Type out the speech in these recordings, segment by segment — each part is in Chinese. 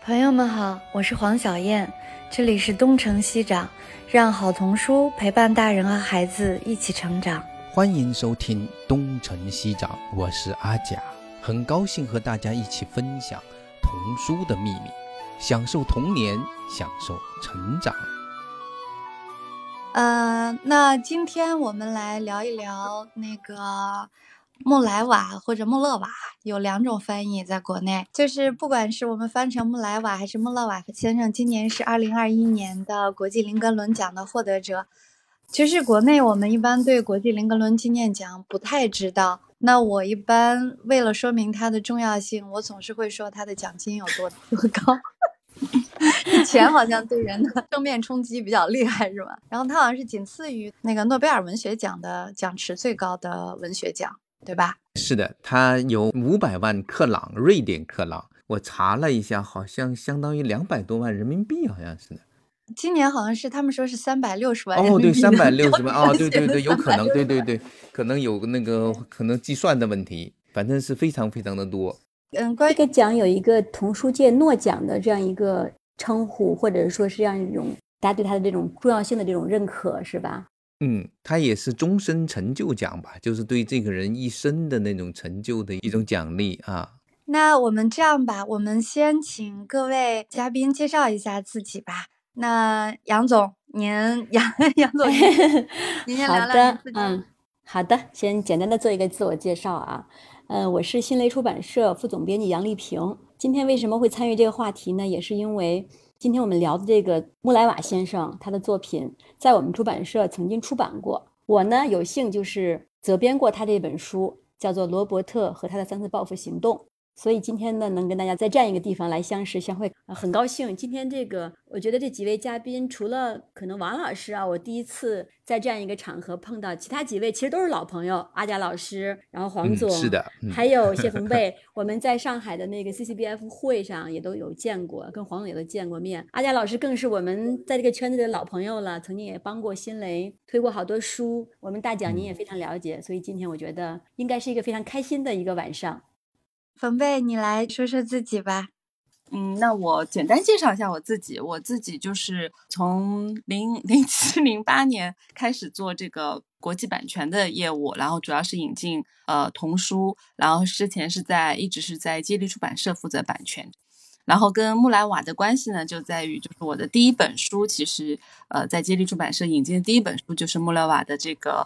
朋友们好，我是黄小燕，这里是东城西长，让好童书陪伴大人和孩子一起成长。 欢迎收听东城西长，我是阿甲，很高兴和大家一起分享童书的秘密，享受童年，享受成长。 那今天我们来聊一聊那个穆莱瓦或者穆勒瓦，有两种翻译在国内，就是不管是我们翻成穆莱瓦还是穆勒瓦先生，今年是2021年的国际林格伦奖的获得者。其实国内我们一般对国际林格伦纪念奖不太知道，那我一般为了说明它的重要性，我总是会说它的奖金有多高。钱好像对人的正面冲击比较厉害，是吧？然后它好像是仅次于那个诺贝尔文学奖的奖池最高的文学奖，对吧？ 是的，它有500万克朗，瑞典克朗，我查了一下，好像相当于200多万人民币，好像是的。 今年好像是他们说是360万人哦，对民币 ，360万哦，对对对，有可能， 360 对对对，可能有那个可能计算的问题，反正是非常非常的多。 这个奖有一个童书界诺奖的这样一个称呼，或者说是这样一种大家对它的这种重要性的这种认可，是吧？ 它也是终身成就奖吧，就是对这个人一生的那种成就的一种奖励啊。 那我们这样吧，我们先请各位嘉宾介绍一下自己吧。那杨总，杨总，您先聊聊您自己。 好的，先简单的做一个自我介绍啊。我是新蕾出版社副总编辑杨丽萍。今天为什么会参与这个话题呢？也是因为今天我们聊的这个穆莱瓦先生，他的作品在我们出版社曾经出版过。我呢有幸就是责编过他这本书，叫做《罗伯特和他的3次报复行动》。所以今天呢，能跟大家在这样一个地方来相识相会，很高兴。今天我觉得这几位嘉宾，除了可能王老师啊，我第一次在这样一个场合碰到，其他几位其实都是老朋友，阿贾老师，然后黄总， 是的， 还有谢鹏贝，我们在上海的那个 CCBF 会上也都有见过，跟黄总也都见过面。阿贾老师更是我们在这个圈子的老朋友了，曾经也帮过新蕾推过好多书，我们大奖您也非常了解，所以今天我觉得应该是一个非常开心的一个晚上。 冯贝，你来说说自己吧。 那我简单介绍一下我自己。我自己就是从07、08年开始做这个国际版权的业务，然后主要是引进童书，然后之前一直是在接力出版社负责版权。然后跟穆莱瓦的关系呢，就在于就是我的第一本书，其实在接力出版社引进的第一本书就是穆莱瓦的这个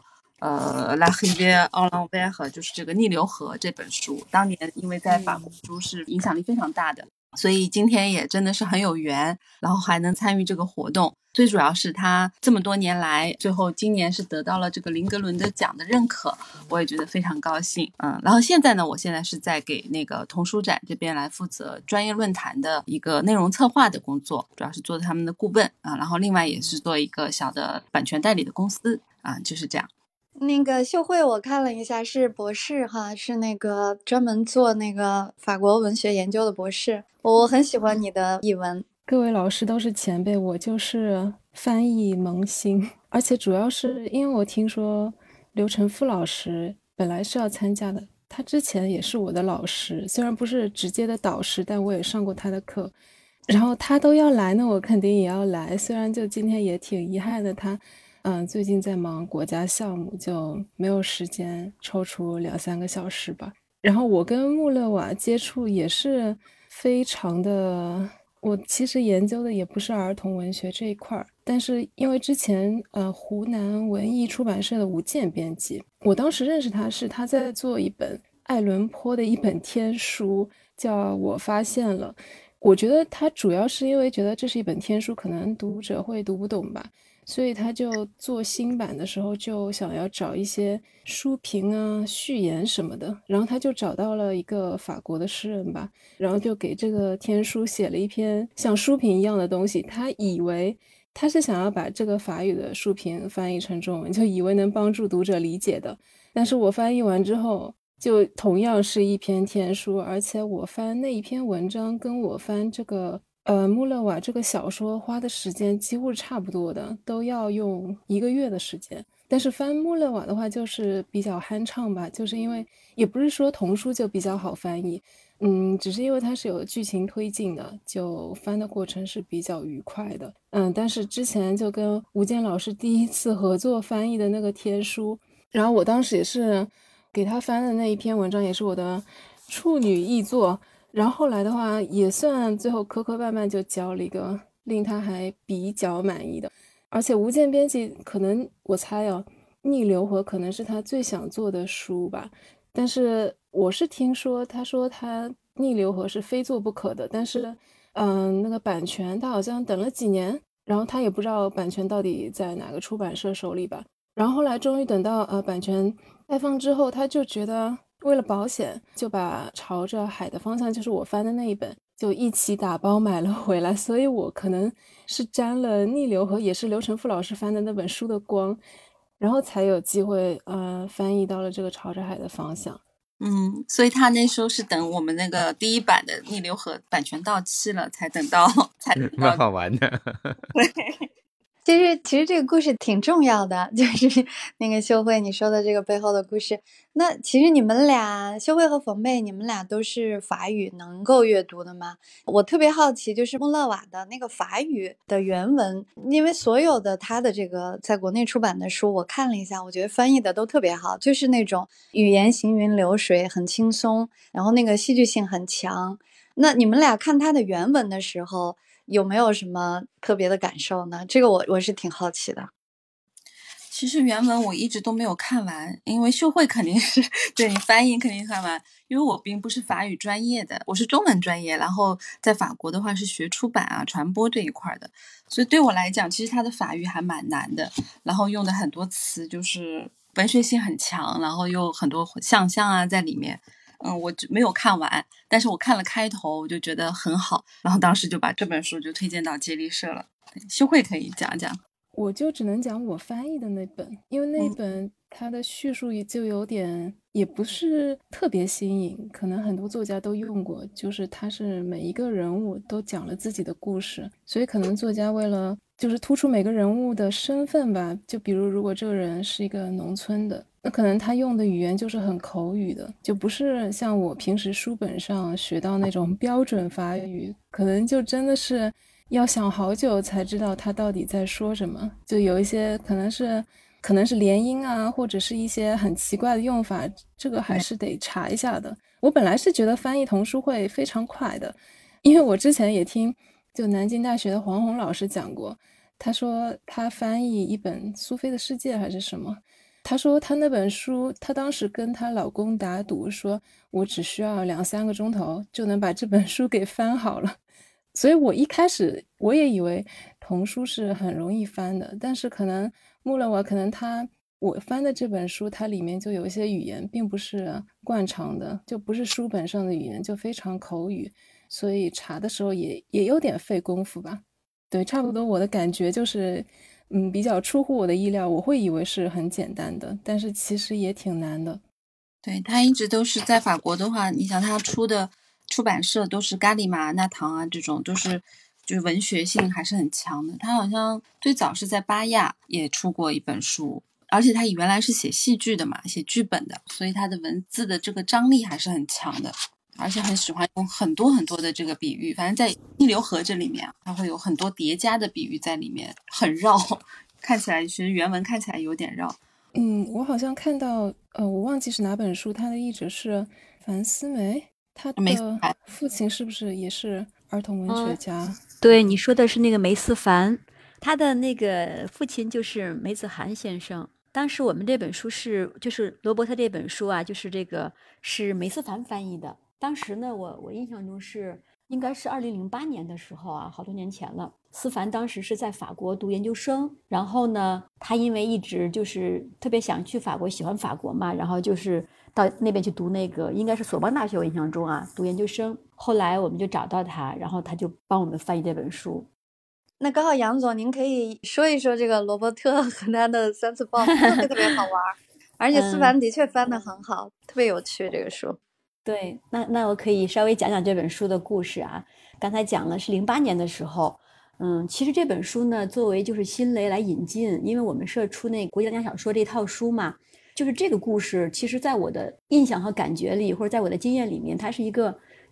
La Rivière en l'envers， 就是这个逆流河这本书，当年因为在法国书是影响力非常大的，所以今天也真的是很有缘，然后还能参与这个活动。最主要是他这么多年来，最后今年是得到了这个林格伦的奖的认可，我也觉得非常高兴。然后现在呢，我现在是在给那个童书展这边来负责专业论坛的一个内容策划的工作，主要是做他们的顾问然后另外也是做一个小的版权代理的公司就是这样。 那个秀慧我看了一下是博士哈，是那个专门做那个法国文学研究的博士。我很喜欢你的译文。 各位老师都是前辈，我就是翻译萌新，而且主要是因为我听说刘晨富老师本来是要参加的，他之前也是我的老师，虽然不是直接的导师，但我也上过他的课，然后他都要来，那我肯定也要来，虽然就今天也挺遗憾的，他最近在忙国家项目，就没有时间抽出2-3个小时吧。然后我跟穆勒瓦接触也是非常的，我其实研究的也不是儿童文学这一块，但是因为之前湖南文艺出版社的吴健编辑，我当时认识他是他在做一本爱伦坡的一本天书，叫我发现了。我觉得他主要是因为觉得这是一本天书，可能读者会读不懂吧，所以他就做新版的时候就想要找一些书评啊、序言什么的，然后他就找到了一个法国的诗人吧，然后就给这个天书写了一篇像书评一样的东西。他以为他是想要把这个法语的书评翻译成中文，就以为能帮助读者理解的，但是我翻译完之后就同样是一篇天书，而且我翻那一篇文章跟我翻这个穆勒瓦这个小说花的时间几乎是差不多的，都要用1个月的时间。但是翻穆勒瓦的话就是比较酣畅吧，就是因为也不是说童书就比较好翻译， 只是因为它是有剧情推进的，就翻的过程是比较愉快的。但是之前就跟吴健老师第一次合作翻译的那个天书，然后我当时也是给他翻的那一篇文章，也是我的处女译作。然后后来的话，也算最后磕磕绊绊就交了一个令他还比较满意的。而且吴健编辑可能我猜逆流河可能是他最想做的书吧。但是我是听说，他说他逆流河是非做不可的，但是那个版权他好像等了几年，然后他也不知道版权到底在哪个出版社手里吧。然后后来终于等到版权开放之后，他就觉得为了保险，就把朝着海的方向，就是我翻的那一本，就一起打包买了回来。所以我可能是沾了逆流河，也是刘承富老师翻的那本书的光，然后才有机会翻译到了这个朝着海的方向。 所以他那时候是等我们那个第一版的逆流河版权到期了才等到蛮好玩的。 其实这个故事挺重要的，就是那个秀慧你说的这个背后的故事。那其实你们俩，秀慧和冯贝，你们俩都是法语能够阅读的吗？我特别好奇，就是穆勒瓦的那个法语的原文，因为所有的他的这个在国内出版的书，我看了一下，我觉得翻译的都特别好，就是那种语言行云流水，很轻松，然后那个戏剧性很强。那你们俩看他的原文的时候，有没有什么特别的感受呢？这个我是挺好奇的。 其实原文我一直都没有看完，因为秀慧肯定是对你翻译肯定看完，因为我并不是法语专业的，我是中文专业，然后在法国的话是学出版啊传播这一块的，所以对我来讲其实它的法语还蛮难的，然后用的很多词就是文学性很强，然后又很多想象啊在里面。我就没有看完，但是我看了开头，我就觉得很好，然后当时就把这本书就推荐到接力社了。秀慧可以讲讲。 我就只能讲我翻译的那本，因为那本它的叙述也就有点，也不是特别新颖，可能很多作家都用过，就是它是每一个人物都讲了自己的故事，所以可能作家为了就是突出每个人物的身份吧，就比如如果这个人是一个农村的，那可能他用的语言就是很口语的，就不是像我平时书本上学到那种标准法语，可能就真的是要想好久才知道他到底在说什么，就有一些可能是连音啊，或者是一些很奇怪的用法，这个还是得查一下的。我本来是觉得翻译童书会非常快的，因为我之前也听就南京大学的黄宏老师讲过，他说他翻译一本苏菲的世界还是什么，他说他那本书，他当时跟她老公打赌说，我只需要2-3个钟头就能把这本书给翻好了。所以我一开始我也以为童书是很容易翻的，但是可能穆勒瓦可能我翻的这本书，它里面就有一些语言并不是惯常的，就不是书本上的语言，就非常口语，所以查的时候也有点费功夫吧。对，差不多我的感觉就是比较出乎我的意料，我会以为是很简单的，但是其实也挺难的。 对，他一直都是在法国的话，你想他出的出版社都是咖喱玛、纳唐啊，这种都是就是文学性还是很强的。他好像最早是在巴亚也出过一本书，而且他原来是写戏剧的嘛，写剧本的，所以他的文字的这个张力还是很强的，而且很喜欢用很多很多的这个比喻。反正在逆流河这里面，它会有很多叠加的比喻在里面，很绕，看起来其实原文看起来有点绕。 我好像看到，我忘记是哪本书，他的译者是樊思梅，他的父亲是不是也是儿童文学家？ 对，你说的是那个梅思凡，他的那个父亲就是梅子涵先生。当时我们这本书就是罗伯特这本书啊，就是这个是梅思凡翻译的。当时呢，我印象中应该是2008年的时候啊，好多年前了。思凡当时是在法国读研究生，然后呢，他因为一直就是特别想去法国，喜欢法国嘛，然后就是到那边去读那个应该是索邦大学，我印象中啊，读研究生。后来我们就找到他，然后他就帮我们翻译这本书。 那刚好杨总，您可以说一说这个罗伯特和他的3次报复，特别好玩，而且思凡的确翻得很好，特别有趣这个书。 对，那我可以稍微讲讲这本书的故事啊。刚才讲了是08年的时候，其实这本书呢，作为就是新蕾来引进，因为我们社出那国际讲小说这套书嘛，就是这个故事，其实在我的印象和感觉里，或者在我的经验里面，它是一个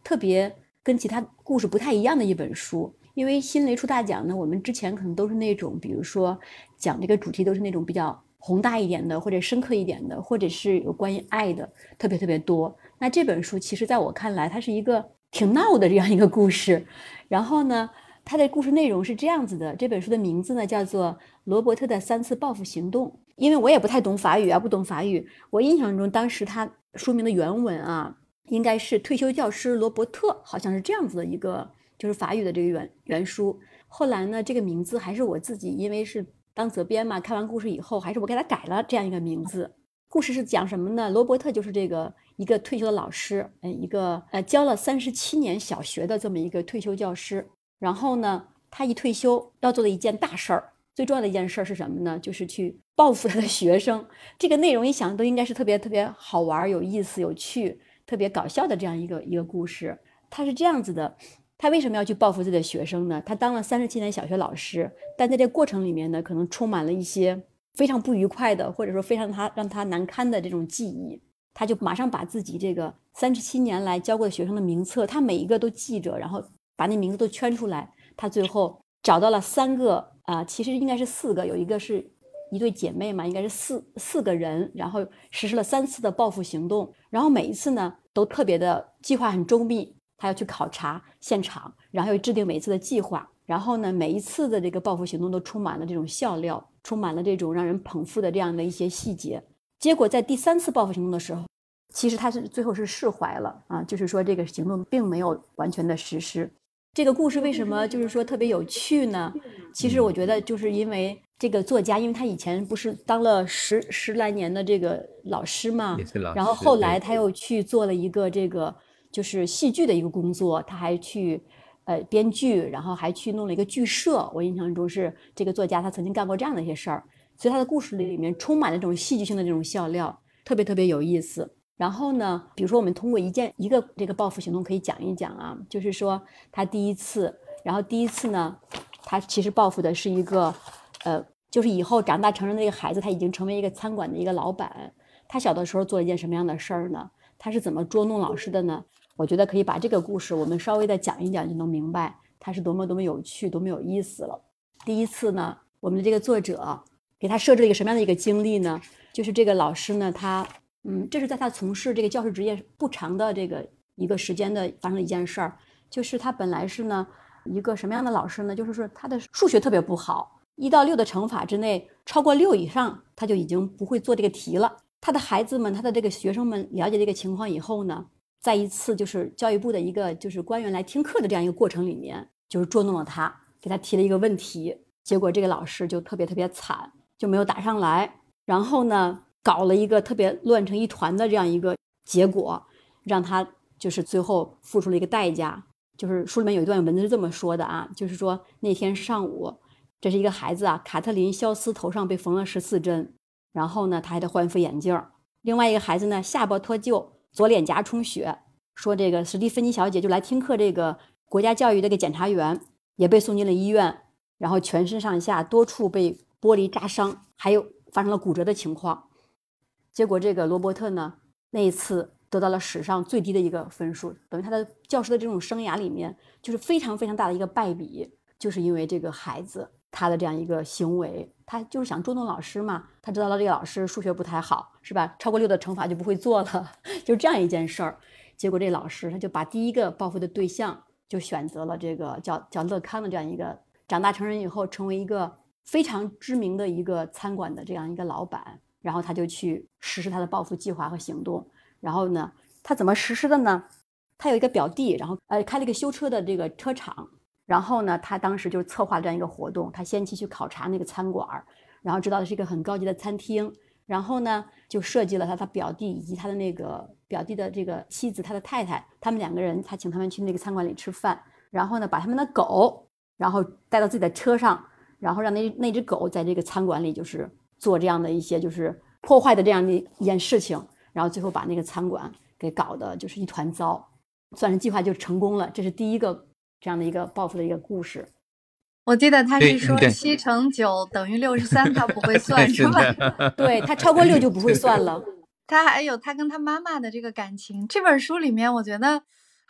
特别跟其他故事不太一样的一本书。因为新雷出大奖呢，我们之前可能都是那种，比如说讲这个主题都是那种比较宏大一点的，或者深刻一点的，或者是有关于爱的，特别特别多。那这本书其实在我看来，它是一个挺闹的这样一个故事。然后呢，它的故事内容是这样子的，这本书的名字呢叫做《罗伯特的3次报复行动》。因为我也不太懂法语啊，不懂法语，我印象中当时它书名的原文啊，应该是退休教师罗伯特，好像是这样子的一个，就是法语的这个原书。后来呢，这个名字还是我自己，因为是当责编嘛，看完故事以后，还是我给他改了这样一个名字。故事是讲什么呢？罗伯特就是这个一个退休的老师，一个教了37年小学的这么一个退休教师。然后呢，他一退休要做的一件大事儿，最重要的一件事是什么呢？就是去报复他的学生。这个内容一想都应该是特别特别好玩、有意思、有趣、特别搞笑的这样一个故事。他是这样子的，他为什么要去报复自己的学生呢？他当了37年小学老师，但在这过程里面呢，可能充满了一些非常不愉快的，或者说非常让他难堪的这种记忆。他就马上把自己这个37年来教过的学生的名册，他每一个都记着，然后把那名字都圈出来。他最后找到了3个其实应该是4个，有一个是一对姐妹嘛，应该是四个人，然后实施了3次的报复行动。然后每一次呢都特别的计划很周密，他要去考察现场，然后又制定每一次的计划。然后呢，每一次的这个报复行动都充满了这种笑料，充满了这种让人捧腹的这样的一些细节。结果在第3次报复行动的时候，其实他是最后是释怀了就是说这个行动并没有完全的实施。这个故事为什么就是说特别有趣呢？其实我觉得就是因为这个作家，因为他以前不是当了十来年的这个老师嘛，然后后来他又去做了一个这个就是戏剧的一个工作，他还去编剧，然后还去弄了一个剧社。我印象中是这个作家他曾经干过这样的一些事儿，所以他的故事里面充满了这种戏剧性的这种笑料，特别特别有意思。然后呢，比如说我们通过一个这个报复行动可以讲一讲就是说他第一次呢，他其实报复的是一个就是以后长大成人的一个孩子，他已经成为一个餐馆的一个老板。他小的时候做了一件什么样的事儿呢？他是怎么捉弄老师的呢？我觉得可以把这个故事我们稍微的讲一讲，就能明白它是多么多么有趣，多么有意思了。第一次呢，我们的这个作者给他设置了一个什么样的一个经历呢？就是这个老师呢，他这是在他从事这个教师职业不长的这个一个时间的发生了一件事儿。就是他本来是呢一个什么样的老师呢？就是说他的数学特别不好，1到6的乘法之内超过6以上他就已经不会做这个题了。他的孩子们，他的这个学生们了解这个情况以后呢，在一次就是教育部的一个就是官员来听课的这样一个过程里面，就是捉弄了他，给他提了一个问题。结果这个老师就特别特别惨，就没有答上来。然后呢搞了一个特别乱成一团的这样一个结果，让他就是最后付出了一个代价。就是书里面有一段文字是这么说的就是说那天上午，这是一个孩子卡特琳·肖斯头上被缝了14针，然后呢他还得换副眼镜。另外一个孩子呢下巴脱臼，左脸颊充血。说这个史蒂芬妮小姐就来听课，这个国家教育这个检察员也被送进了医院，然后全身上下多处被玻璃扎伤，还有发生了骨折的情况。结果这个罗伯特呢那一次得到了史上最低的一个分数，等于他的教师的这种生涯里面就是非常非常大的一个败笔，就是因为这个孩子他的这样一个行为。他就是想捉弄老师嘛，他知道了这个老师数学不太好是吧，超过6的乘法就不会做了，就这样一件事儿。结果这老师他就把第一个报复的对象就选择了这个叫乐康的这样一个长大成人以后成为一个非常知名的一个餐馆的这样一个老板。然后他就去实施他的报复计划和行动。然后呢他怎么实施的呢？他有一个表弟，然后开了一个修车的这个车厂。然后呢他当时就策划这样一个活动，他先去考察那个餐馆，然后知道的是一个很高级的餐厅。然后呢就设计了他表弟以及他的那个表弟的这个妻子，他的太太，他们2个人，他请他们去那个餐馆里吃饭。然后呢把他们的狗然后带到自己的车上，然后让那只狗在这个餐馆里就是做这样的一些就是破坏的这样的一件事情。然后最后把那个餐馆给搞得就是一团糟，算是计划就成功了。这是第一个这样的一个报复的一个故事。 我记得他是说7乘9等于63，他不会算是吧？ 对，他超过6就不会算了。 他还有他跟他妈妈的这个感情。这本书里面我觉得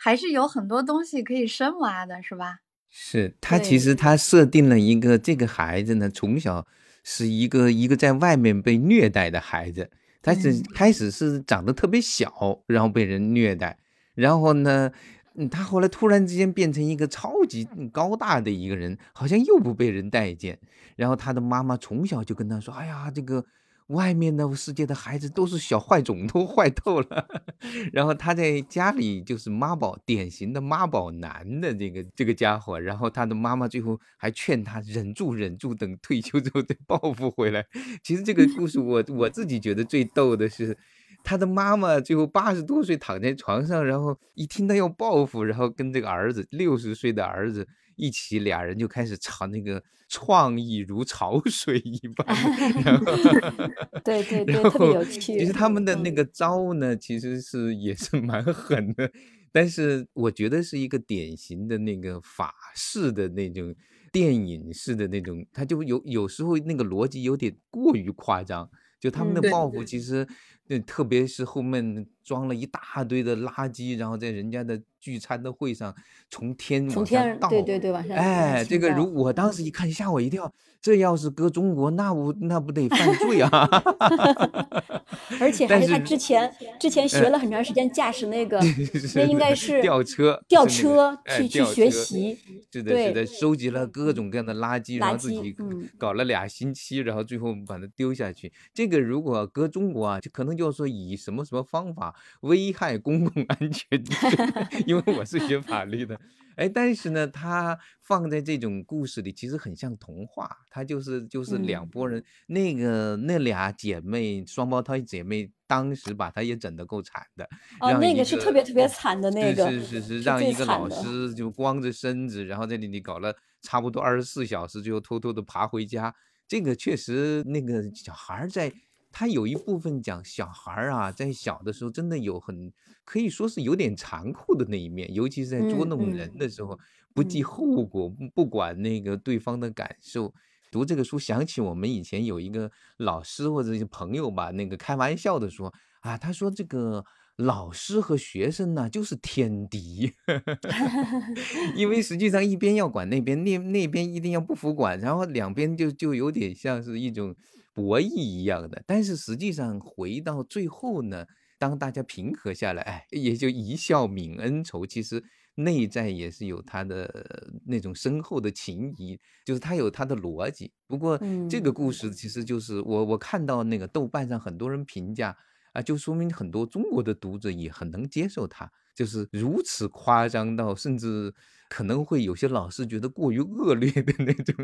还是有很多东西可以深挖的，是吧？ 是他其对， 实他设定了一个这个孩子呢，从小是一个在外面被虐待的孩子，他是开始是长得特别小，然后被人虐待，然后呢，他后来突然之间变成一个超级高大的一个人，好像又不被人待见。然后他的妈妈从小就跟他说：“哎呀，这个外面的世界的孩子都是小坏种，都坏透了。”然后他在家里就是妈宝，典型的妈宝男的这个家伙。然后他的妈妈最后还劝他忍住，忍住，等退休之后再报复回来。其实这个故事我自己觉得最逗的是，他的妈妈最后80多岁躺在床上，然后一听到要报复，然后跟这个儿子60岁的儿子一起，俩人就开始吵，那个创意如潮水一般。然后对对然对，特别后有其实趣。 他们的那个招呢，其实也是蛮狠的，但是我觉得是一个典型的那个法式的那种电影式的那种，他就有时候那个逻辑有点过于夸张。就他们的嗯， 报复其实，特别是后面装了一大堆的垃圾，然后在人家的聚餐的会上从天从往下倒。 对对对，往下哎，这倾倒。 个我当时一看吓我一跳，这要是搁中国，那不得犯罪啊！ 而且还是他但是， 之前学了很长时间驾驶那个，那是应该是吊车， 吊是那个车哎去学吊车， 习， 是的，是的， 对， 收集了各种各样的垃圾，然垃后自己圾， 搞了2星期，然后最后把它丢下去。这个如果搁中国啊，就可能就是说以什么什么方法危害公共安全，因为我是学法律的。哎，但是呢，它放在这种故事里，其实很像童话。它就是两嗯， 拨人，那俩姐妹，双胞胎姐妹，当时把她也整得够惨的， 哦， 让那个是特一个别特别惨的那个， 是是最让一个老惨的。 师就光着身子，然后在那里搞了差不多24小时，最后偷偷的爬回家。这个确实，那个小孩儿他有一部分讲小孩儿啊，在小的时候真的可以说是有点残酷的那一面，尤其是在捉弄人嗯的时候，不计嗯后果，不管那个对方的感受。读这个书想起我们以前有一个老师或者是朋友吧，那个开玩笑的说啊，他说这个老师和学生呢就是天敌。因为实际上一边要管那边，那边一定要不服管，然后两边就有点像是一种博弈一样的。但是实际上回到最后呢，当大家平和下来，哎，也就一笑泯恩仇。其实内在也是有他的那种深厚的情谊，就是他有他的逻辑。不过这个嗯。 故事其实就是我看到那个豆瓣上很多人评价啊，就说明很多中国的读者也很能接受它，就是如此夸张到甚至可能会有些老师觉得过于恶劣的那种。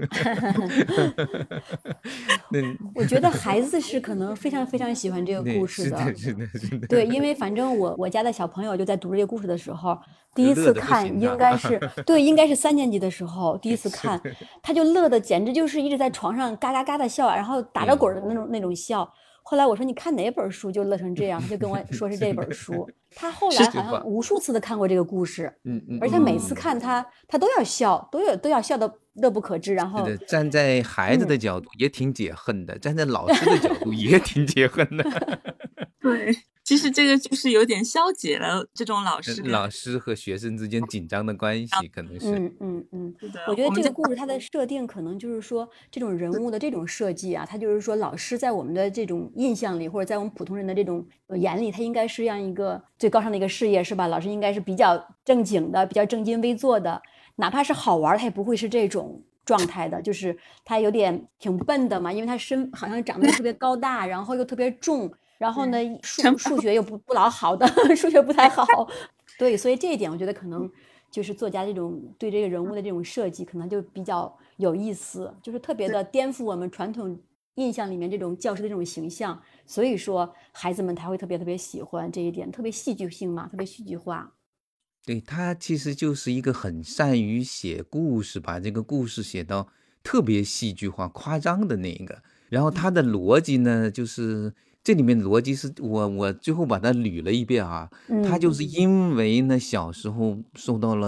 那我觉得孩子是可能非常非常喜欢这个故那是的， 事的， 是的，是的， 对，因为反正我家的小朋友就在读这个故事的时候，第一次乐得不看行啊。 应该是对，应该是3年级的时候第一次是看， 的， 他就乐的简直就是一直在床上嘎嘎嘎的笑，然后打着滚儿的那种笑。后来我说你看哪本书就乐成这样，他就跟我说是这本书。他后来好像无数次的看过这个故事，而且每次看他都要笑，都要笑得乐不可支。然后是的，站在孩子的角度也挺解恨的，站在老师的角度也挺解恨的。 对，其实这个就是有点消解了这种老师跟老师和学生之间紧张的关系，可能是。 是的， 我觉得我们这个故事它的设定可能就是说，这种人物的这种设计啊，它就是说，老师在我们的这种印象里，或者在我们普通人的这种眼里，他应该是这样一个最高尚的一个事业，是吧？老师应该是比较正经的，比较正襟危坐的，哪怕是好玩，他也不会是这种状态的，就是他有点挺笨的嘛，因为他好像长得特别高大，然后又特别重，然后呢数学又不老好的，数学不太好，对，所以这一点我觉得可能就是作家这种对这个人物的这种设计，可能就比较有意思，就是特别的颠覆我们传统印象里面这种教师的这种形象，所以说孩子们才会特别特别喜欢这一点，特别戏剧性嘛，特别戏剧化。 对，他其实就是一个很善于写故事，把这个故事写到特别戏剧化、夸张的那个。然后他的逻辑呢，就是这里面的逻辑是我最后把它捋了一遍啊，他就是因为呢小时候受到了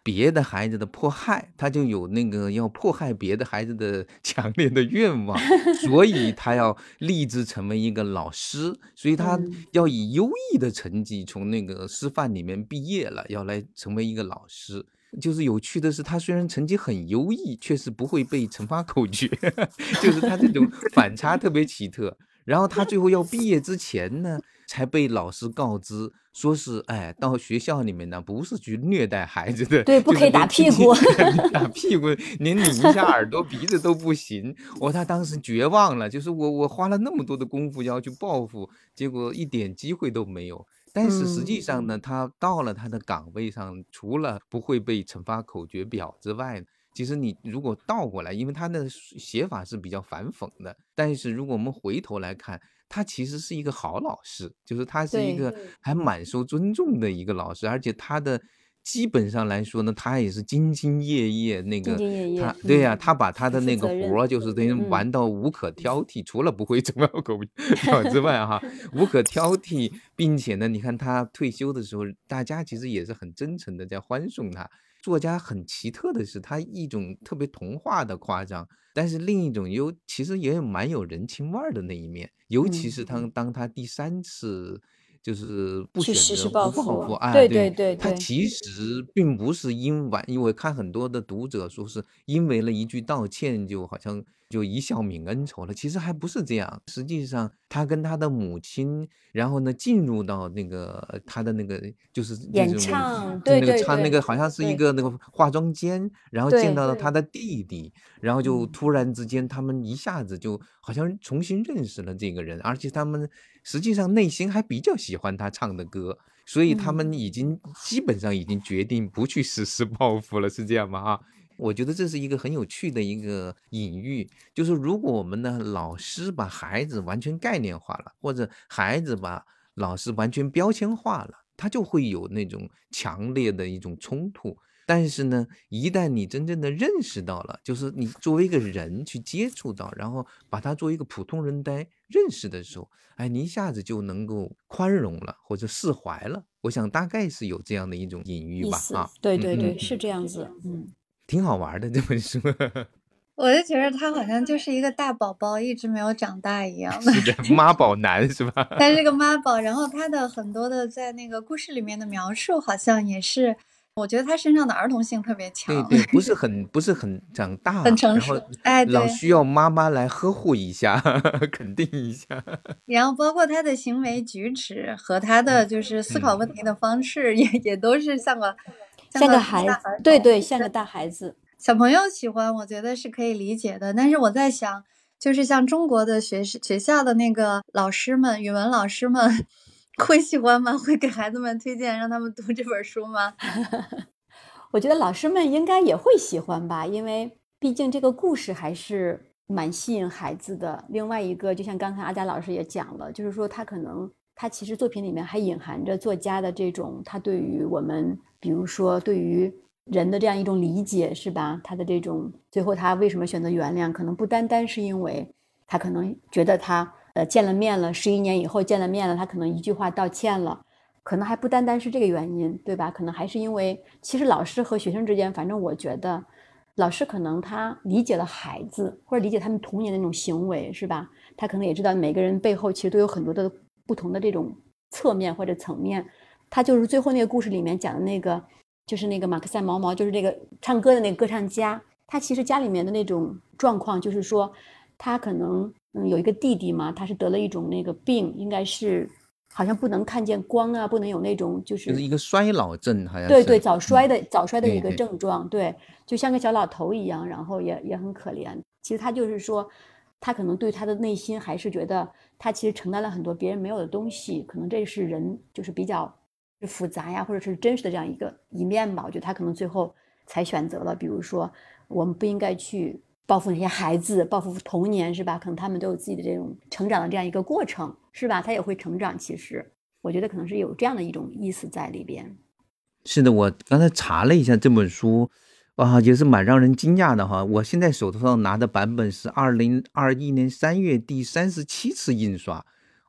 别的孩子的迫害，他就有那个要迫害别的孩子的强烈的愿望，所以他要立志成为一个老师，所以他要以优异的成绩从那个师范里面毕业了，要来成为一个老师。就是有趣的是，他虽然成绩很优异，却是不会背乘法口诀，就是他这种反差特别奇特。然后他最后要毕业之前呢，才被老师告知，说是到学校里面呢，不是去虐待孩子的， 对，不可以打屁股， 打屁股，连拧一下耳朵、鼻子都不行。他当时绝望了，就是我花了那么多的功夫要去报复，结果一点机会都没有。但是实际上呢，他到了他的岗位上，除了不会背乘法口诀表之外，其实你如果倒过来，因为他的写法是比较反讽的，但是如果我们回头来看，他其实是一个好老师，就是他是一个还蛮受尊重的一个老师，而且他的基本上来说呢，他也是兢兢业业，那个他对呀，他把他的那个活就是等于玩到无可挑剔，除了不会乘法口表之外哈，无可挑剔，并且呢，你看他退休的时候，大家其实也是很真诚的在欢送他。作家很奇特的是，他一种特别童话的夸张，但是另一种其实也有蛮有人情味的那一面，尤其是当他第3次就是不选择不报复， 对， 他其实并不是因为我看很多的读者说是因为了一句道歉就好像就一笑泯恩仇了，其实还不是这样。实际上他跟他的母亲，然后呢进入到那个他的那个就是演唱， 对那个唱那个好像是一个那个化妆间，然后见到了他的弟弟，然后就突然之间他们一下子就好像重新认识了这个人，而且他们实际上内心还比较喜欢他唱的歌，所以他们基本上已经决定不去实施报复了，是这样吗？我觉得这是一个很有趣的一个隐喻，就是如果我们的老师把孩子完全概念化了，或者孩子把老师完全标签化了，他就会有那种强烈的一种冲突。但是呢，一旦你真正的认识到了，就是你作为一个人去接触到，然后把他作为一个普通人来认识的时候，你一下子就能够宽容了，或者释怀了。我想大概是有这样的一种隐喻吧。 对，是这样子， 挺好玩的这本书。 我就觉得他好像就是一个大宝宝，一直没有长大一样的。 是的，妈宝男是吧？ 他是个妈宝，然后他的很多的在那个故事里面的描述，好像也是，我觉得他身上的儿童性特别强。 对，不是很长大， 很成熟， 老需要妈妈来呵护一下，肯定一下。 然后包括他的行为举止和他的就是思考问题的方式，也都是像个孩子，对，像个大孩子。 小朋友喜欢，我觉得是可以理解的。但是我在想，就是像中国的学校的那个老师们，语文老师们会喜欢吗？会给孩子们推荐让他们读这本书吗？ 我觉得老师们应该也会喜欢吧，因为毕竟这个故事还是蛮吸引孩子的。另外一个，就像刚才阿佳老师也讲了，就是说他其实作品里面还隐含着作家的这种他对于我们，比如说对于人的这样一种理解，是吧？他的这种最后他为什么选择原谅，可能不单单是因为他可能觉得他见了面了，11年以后见了面了，他可能一句话道歉了，可能还不单单是这个原因，对吧？可能还是因为其实老师和学生之间，反正我觉得老师可能他理解了孩子，或者理解他们童年的那种行为，是吧？他可能也知道每个人背后其实都有很多的不同的这种侧面或者层面。他就是最后那个故事里面讲的那个，就是那个马克赛毛毛，就是那个唱歌的那个歌唱家，他其实家里面的那种状况就是说他可能有一个弟弟嘛，他是得了一种那个病，应该是好像不能看见光啊，不能有那种就是一个衰老症，好像是对早衰的一个症状，对，就像个小老头一样，然后也很可怜。其实他就是说他可能对他的内心还是觉得他其实承担了很多别人没有的东西，可能这是人就是比较复杂呀，或者是真实的这样一面吧。我觉得他可能最后才选择了，比如说我们不应该去报复那些孩子，报复童年，是吧？可能他们都有自己的这种成长的这样一个过程，是吧？他也会成长。其实我觉得可能是有这样的一种意思在里边。 是的，我刚才查了一下这本书，也是蛮让人惊讶的哈。我现在手头上拿的版本是2021年3月第37次印刷，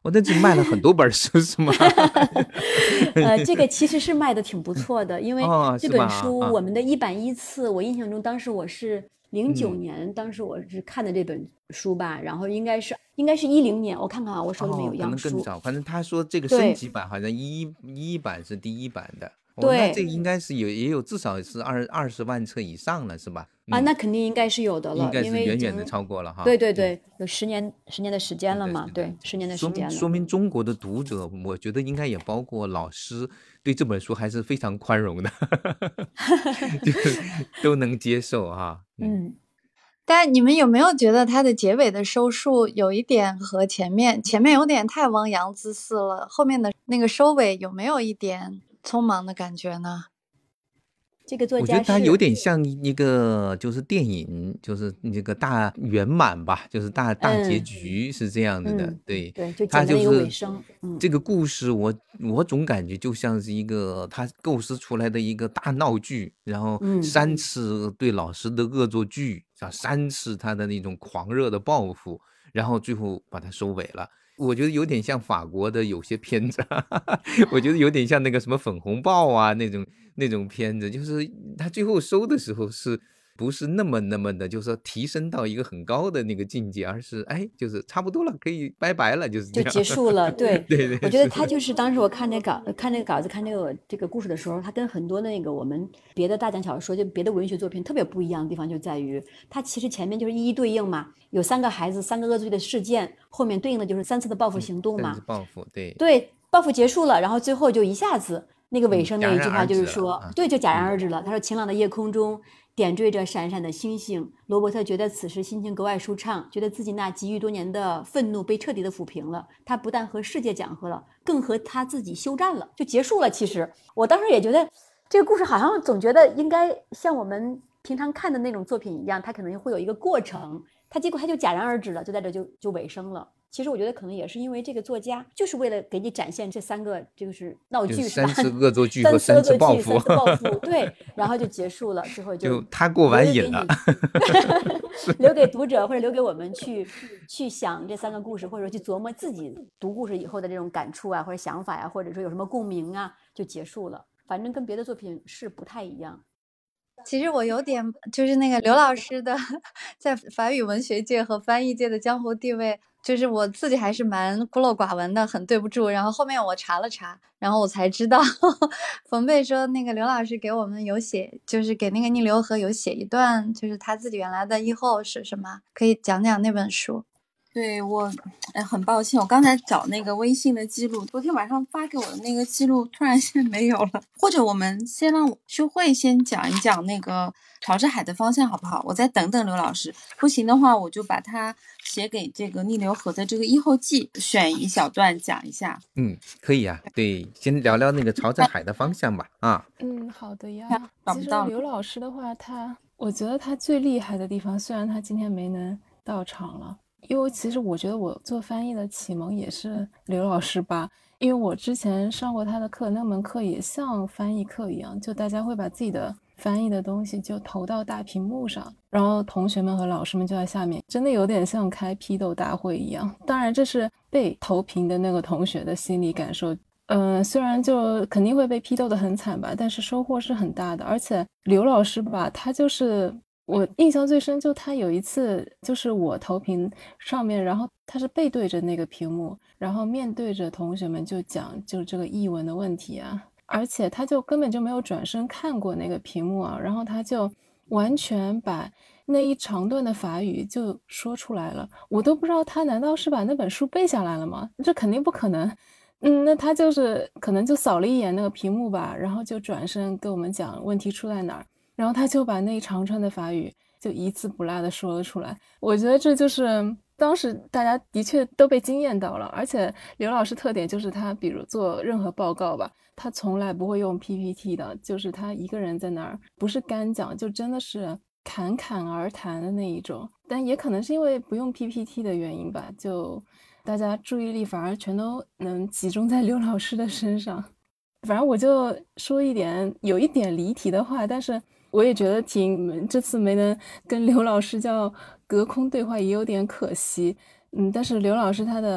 我那只卖了很多本书是吗？ 这个其实是卖的挺不错的，因为这本书我们的一版一次，我印象中当时我是09年，当时我是看的这本书吧，然后应该是10年，我看看啊，我手里面有样书， 可能更早，反正他说这个升级版好像一版是第一版的。 对， 那这个应该是也有至少是20万册以上了，是吧？ 那肯定应该是有的了， 应该是因为远远的超过了哈。 对，有10年的时间了嘛，对，10年的时间了。 说明中国的读者，我觉得应该也包括老师，对这本书还是非常宽容的，就是都能接受哈。 但你们有没有觉得它的结尾的收束有一点和前面有点太汪洋恣肆了，后面的那个收尾有没有一点匆忙的感觉呢？ 这个作家我觉得它有点像一个就是电影，就是那个大圆满吧，就是大结局是这样子的。对， 就它就是一个尾声。 这个故事我总感觉就像是一个他构思出来的一个大闹剧，然后3次对老师的恶作剧，3次他的那种狂热的报复，然后最后把它收尾了。我觉得有点像法国的有些片子，我觉得有点像那个什么粉红豹啊那种片子，就是他最后收的时候是不是那么的，就是说提升到一个很高的那个境界，而是就是差不多了，可以拜拜了，就是这样就结束了。对对， 我觉得他就是当时我看那个稿子，看这个故事的时候，他跟很多那个我们别的大讲小说就别的文学作品特别不一样的地方就在于，他其实前面就是一一对应嘛，有3个孩子3个恶作剧的事件，后面对应的就是3次的报复行动嘛。 报复，对， 报复结束了，然后最后就一下子那个尾声那一句话就是说，对，就戛然而止了。他说晴朗的夜空中点缀着闪闪的星星，罗伯特觉得此时心情格外舒畅，觉得自己那积郁多年的愤怒被彻底的抚平了。他不但和世界讲和了，更和他自己休战了，就结束了。其实我当时也觉得这个故事好像总觉得应该像我们平常看的那种作品一样，它可能会有一个过程，结果他就戛然而止了，就在这就尾声了。其实我觉得可能也是因为这个作家就是为了给你展现这3个就是闹剧是吧 ？3次恶作剧和3次报复， 对，然后就结束了，之后就他过完瘾了， 留给读者或者留给我们去想这3个故事，或者说去琢磨自己读故事以后的这种感触啊，或者想法呀，或者说有什么共鸣啊，就结束了。反正跟别的作品是不太一样。 其实我有点就是那个刘老师的在法语文学界和翻译界的江湖地位，就是我自己还是蛮孤陋寡闻的，很对不住。然后后面我查了查，然后我才知道冯贝说那个刘老师给我们有写，就是给那个逆流河有写一段，就是他自己原来的译后是什么，可以讲讲那本书。 对，我很抱歉，我刚才找那个微信的记录，昨天晚上发给我的那个记录突然间没有了。或者我们先让秀慧先讲一讲那个朝着海的方向好不好？我再等等刘老师，不行的话我就把它写给这个逆流河的这个译后记选一小段讲一下。 可以啊，对，先聊聊那个朝着海的方向吧。 好的呀。其实刘老师的话，我觉得他最厉害的地方，虽然他今天没能到场了，因为其实我觉得我做翻译的启蒙也是刘老师吧，因为我之前上过他的课，那门课也像翻译课一样，就大家会把自己的翻译的东西就投到大屏幕上，然后同学们和老师们就在下面，真的有点像开批斗大会一样。当然这是被投屏的那个同学的心理感受，虽然就肯定会被批斗得很惨吧，但是收获是很大的。而且刘老师吧，他就是我印象最深，就他有一次就是我投屏上面，然后他是背对着那个屏幕，然后面对着同学们就讲就这个译文的问题啊，而且他就根本就没有转身看过那个屏幕啊，然后他就完全把那一长段的法语就说出来了。我都不知道他难道是把那本书背下来了吗？这肯定不可能。那他就是可能就扫了一眼那个屏幕吧，然后就转身跟我们讲问题出在哪儿，然后他就把那一长串的法语就一字不落的说了出来。我觉得这就是当时大家的确都被惊艳到了。而且刘老师特点就是他比如做任何报告吧，他从来不会用 PPT 的，就是他一个人在那儿，不是干讲，就真的是侃侃而谈的那一种。但也可能是因为不用 PPT 的原因吧，就大家注意力反而全都能集中在刘老师的身上。反正我就说有一点离题的话，但是我也觉得这次没能跟刘老师叫隔空对话也有点可惜。但是刘老师他的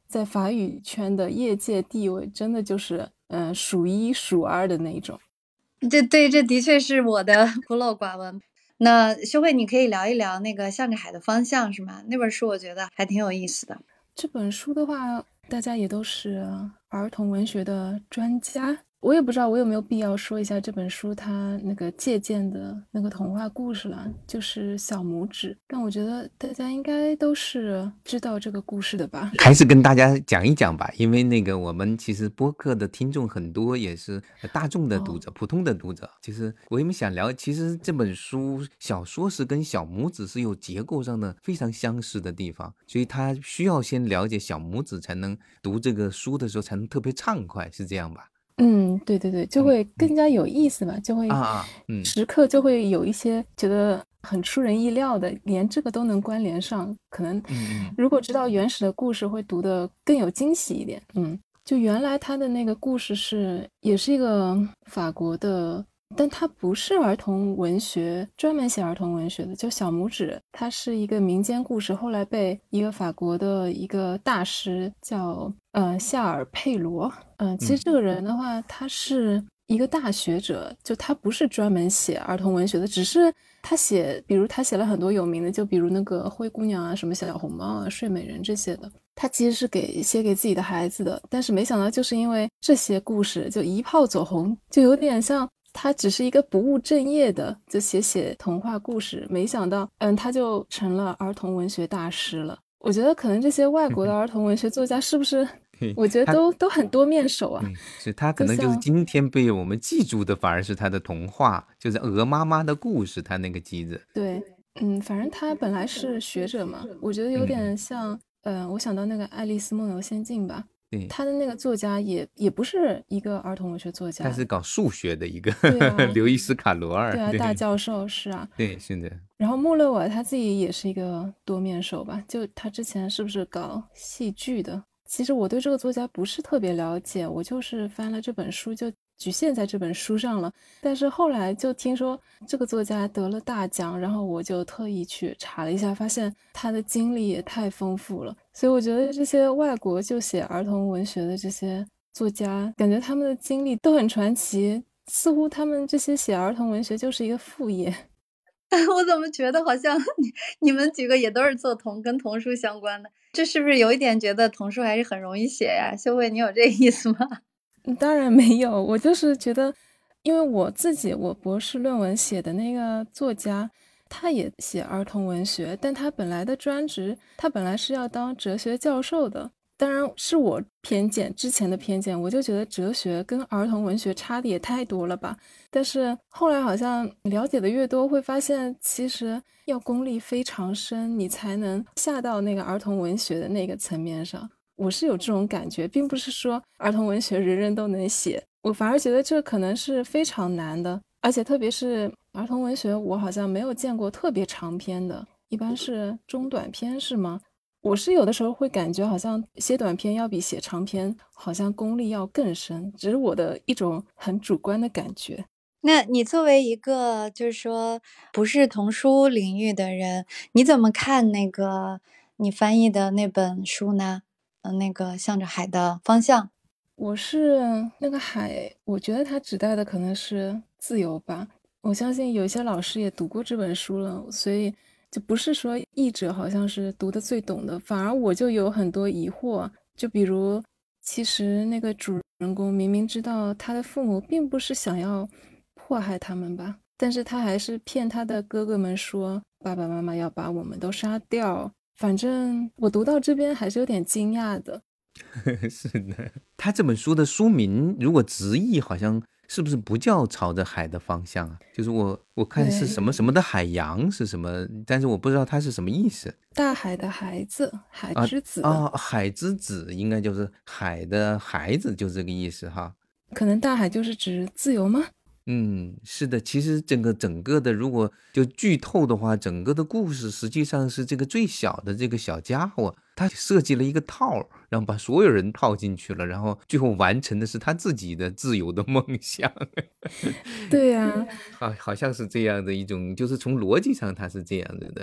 在法语圈的业界地位真的就是数一数二的那种。 对，这的确是我的孤陋寡闻。那修慧，你可以聊一聊那个向着海的方向是吗？那本书我觉得还挺有意思的。 这本书的话，大家也都是儿童文学的专家，我也不知道我有没有必要说一下这本书它那个借鉴的那个童话故事了，就是小拇指。但我觉得大家应该都是知道这个故事的吧？ 还是跟大家讲一讲吧，因为那个我们其实播客的听众很多也是大众的读者，普通的读者。其实我也想聊，其实这本书小说是跟小拇指是有结构上的非常相似的地方，所以他需要先了解小拇指，才能读这个书的时候才能特别畅快，是这样吧？ 对对对，就会更加有意思吧，就会时刻就会有一些觉得很出人意料的，连这个都能关联上。可能如果知道原始的故事，会读得更有惊喜一点。就原来他的那个故事也是一个法国的，但它不是儿童文学，专门写儿童文学的。就小拇指，它是一个民间故事，后来被一个法国的一个大师叫夏尔佩罗。其实这个人的话，他是一个大学者，就他不是专门写儿童文学的，只是他写，比如他写了很多有名的，就比如那个灰姑娘啊，什么小红帽啊，睡美人这些的，他其实是写给自己的孩子的。但是没想到就是因为这些故事就一炮走红，就有点像他只是一个不务正业的就写童话故事，没想到他就成了儿童文学大师了。我觉得可能这些外国的儿童文学作家是不是我觉得都很多面手啊。 是他可能就是今天被我们记住的反而是他的童话，就是鹅妈妈的故事，他那个机子。 对，反正他本来是学者嘛，我觉得有点像我想到那个《爱丽丝梦游仙境》吧。 对， 他的那个作家也不是一个儿童文学作家， 他是搞数学的一个刘易斯卡罗尔。 对啊，大教授是啊。 对，是的。 然后穆勒瓦他自己也是一个多面手吧，就他之前是不是搞戏剧的？其实我对这个作家不是特别了解，我就是翻了这本书就局限在这本书上了。但是后来就听说这个作家得了大奖，然后我就特意去查了一下，发现他的经历也太丰富了。所以我觉得这些外国就写儿童文学的这些作家，感觉他们的经历都很传奇，似乎他们这些写儿童文学就是一个副业。 我怎么觉得好像你们几个也都是做跟童书相关的，这是不是有一点觉得童书还是很容易写呀？修慧，你有这个意思吗？ 当然没有，我就是觉得，因为我博士论文写的那个作家，他也写儿童文学，但他本来的专职，他本来是要当哲学教授的。当然是我之前的偏见，我就觉得哲学跟儿童文学差的也太多了吧。但是后来好像了解的越多，会发现其实要功力非常深，你才能下到那个儿童文学的那个层面上。我是有这种感觉，并不是说儿童文学人人都能写，我反而觉得这可能是非常难的。而且特别是儿童文学，我好像没有见过特别长篇的，一般是中短篇，是吗？我是有的时候会感觉好像写短篇要比写长篇好像功力要更深，只是我的一种很主观的感觉。 那你作为一个就是说不是童书领域的人，你怎么看那个你翻译的那本书呢？那个向着海的方向。 我是那个海，我觉得它指代的可能是自由吧。我相信有一些老师也读过这本书了，所以就不是说译者好像是读的最懂的，反而我就有很多疑惑。就比如其实那个主人公明明知道他的父母并不是想要迫害他们吧，但是他还是骗他的哥哥们说爸爸妈妈要把我们都杀掉。反正我读到这边还是有点惊讶的。 是的，他这本书的书名如果直译好像是不是不叫朝着海的方向啊？就是我看是什么什么的海洋是什么，但是我不知道它是什么意思。 大海的孩子，海之子海之子应该就是海的孩子，就这个意思哈。 可能大海就是指自由吗？ 是的，其实整个的，如果就剧透的话，整个的故事实际上是这个最小的这个小家伙，他设计了一个套，然后把所有人套进去了，然后最后完成的是他自己的自由的梦想。 对呀， 好像是这样的一种，就是从逻辑上他是这样子的。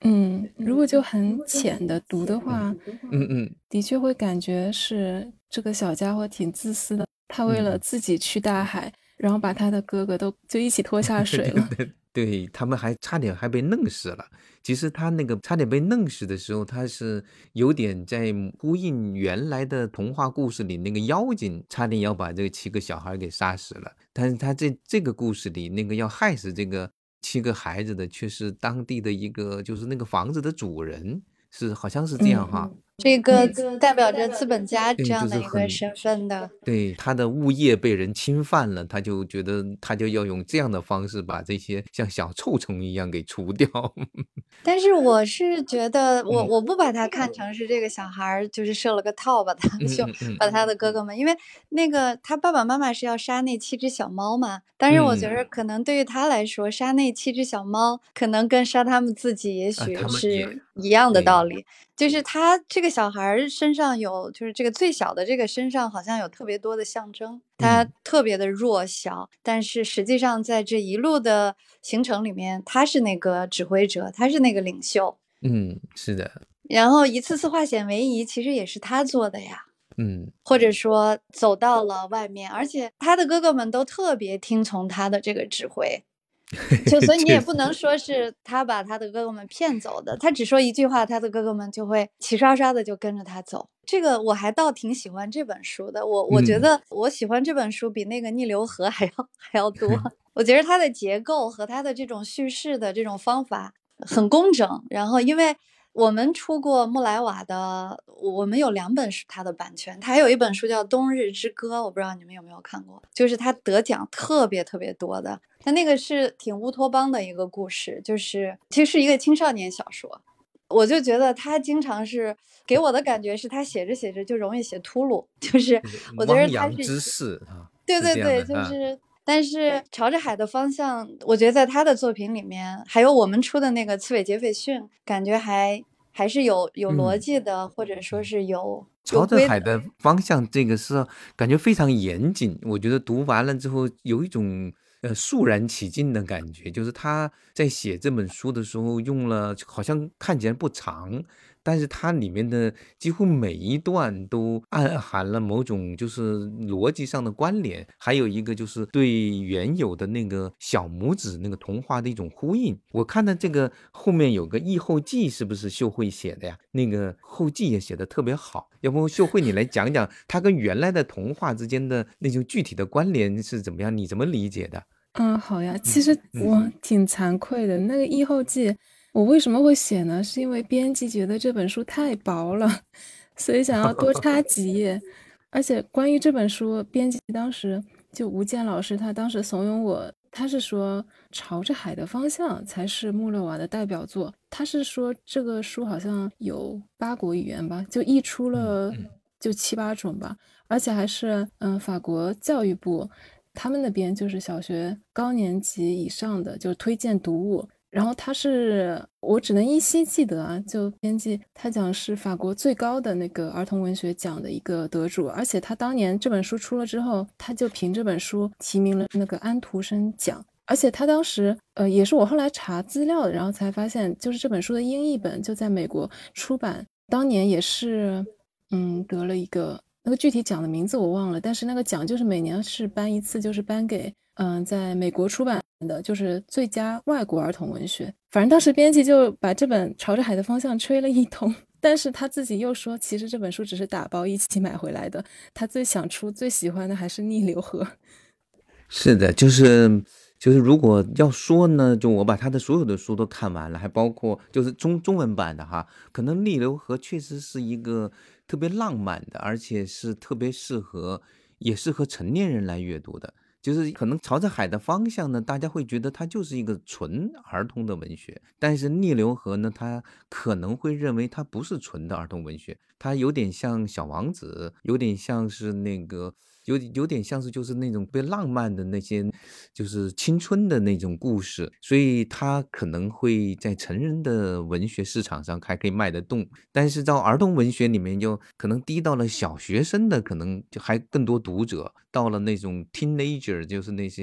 如果就很浅的读的话， 嗯的确会感觉是这个小家伙挺自私的，他为了自己去大海，然后把他的哥哥都就一起拖下水了。 对，他们还差点被弄死了。其实他那个差点被弄死的时候，他是有点在呼应原来的童话故事里那个妖精差点要把这7个小孩给杀死了。但是他这个故事里，那个要害死这个7个孩子的，却是当地的一个就是那个房子的主人，好像是这样哈。 这个代表着资本家这对， 样就是很的一个身份的。 对，他的物业被人侵犯了，他就觉得他就要用这样的方式把这些像小臭虫一样给除掉。 但是我是觉得我不把他看成是这个小孩儿就是设了个套把他就把他的哥哥们，因为那个他爸爸妈妈是要杀那7只小猫嘛，但是我觉得可能对于他来说，杀那7只小猫可能跟杀他们自己也许是一样的道理。就是他这个小孩身上有，就是这个最小的这个身上好像有特别多的象征，他特别的弱小，但是实际上在这一路的行程里面，他是那个指挥者，他是那个领袖。 是的。 然后一次次化险为夷，其实也是他做的呀。或者说走到了外面，而且他的哥哥们都特别听从他的这个指挥。就所以你也不能说是他把他的哥哥们骗走的，他只说一句话，他的哥哥们就会齐刷刷的就跟着他走。这个我还倒挺喜欢这本书的，我觉得我喜欢这本书比那个逆流河还要多。我觉得它的结构和它的这种叙事的这种方法很工整，然后因为我们出过穆莱瓦的，我们有2本是他的版权，他还有一本书叫《冬日之歌》，我不知道你们有没有看过，就是他得奖特别特别多的。他那个是挺乌托邦的一个故事，就是其实是一个青少年小说。我就觉得他经常是给我的感觉是他写着写着就容易写秃噜，就是我觉得他是之士啊， 对对对，就是但是朝着海的方向，我觉得在他的作品里面，还有我们出的那个刺猬杰斐逊，感觉还是有逻辑的，或者说是有朝着海的方向，这个是感觉非常严谨。我觉得读完了之后有一种肃然起敬的感觉，就是他在写这本书的时候用了，好像看起来不长，但是它里面的几乎每一段都暗含了某种就是逻辑上的关联，还有一个就是对原有的那个小拇指那个童话的一种呼应。我看到这个后面有个译后记，是不是秀慧写的呀？那个后记也写得特别好，要不秀慧你来讲讲它跟原来的童话之间的那种具体的关联是怎么样？你怎么理解的？ 好呀，其实我挺惭愧的，那个译后记我为什么会写呢？是因为编辑觉得这本书太薄了，所以想要多插几页。而且关于这本书，编辑当时就吴健老师，他当时怂恿我，他是说朝着海的方向才是穆勒瓦的代表作。他是说这个书好像有8国语言吧，就译出了就7、8种吧，而且还是法国教育部他们那边就是小学高年级以上的就推荐读物。然后他是我只能依稀记得啊，就编辑他讲是法国最高的那个儿童文学奖的一个得主，而且他当年这本书出了之后，他就凭这本书提名了那个安徒生奖。而且他当时也是我后来查资料然后才发现，就是这本书的英译本就在美国出版，当年也是得了一个那个具体奖的名字我忘了，但是那个奖就是每年是颁一次，就是颁给在美国出版的就是最佳外国儿童文学。反正当时编辑就把这本朝着海的方向吹了一通，但是他自己又说其实这本书只是打包一起买回来的，他最想出最喜欢的还是逆流河。 是的，就是如果要说呢，就我把他的所有的书都看完了，还包括就是中文版的哈，可能逆流河确实是一个特别浪漫的，而且是特别也适合成年人来阅读的。就是可能朝着海的方向呢，大家会觉得它就是一个纯儿童的文学，但是逆流河呢，它可能会认为它不是纯的儿童文学，它有点像小王子，有点像是那个有点像是就是那种被浪漫的那些就是青春的那种故事，所以它可能会在成人的文学市场上还可以卖得动，但是到儿童文学里面就可能低到了小学生的，可能就还更多读者，到了那种 teenager 就是那些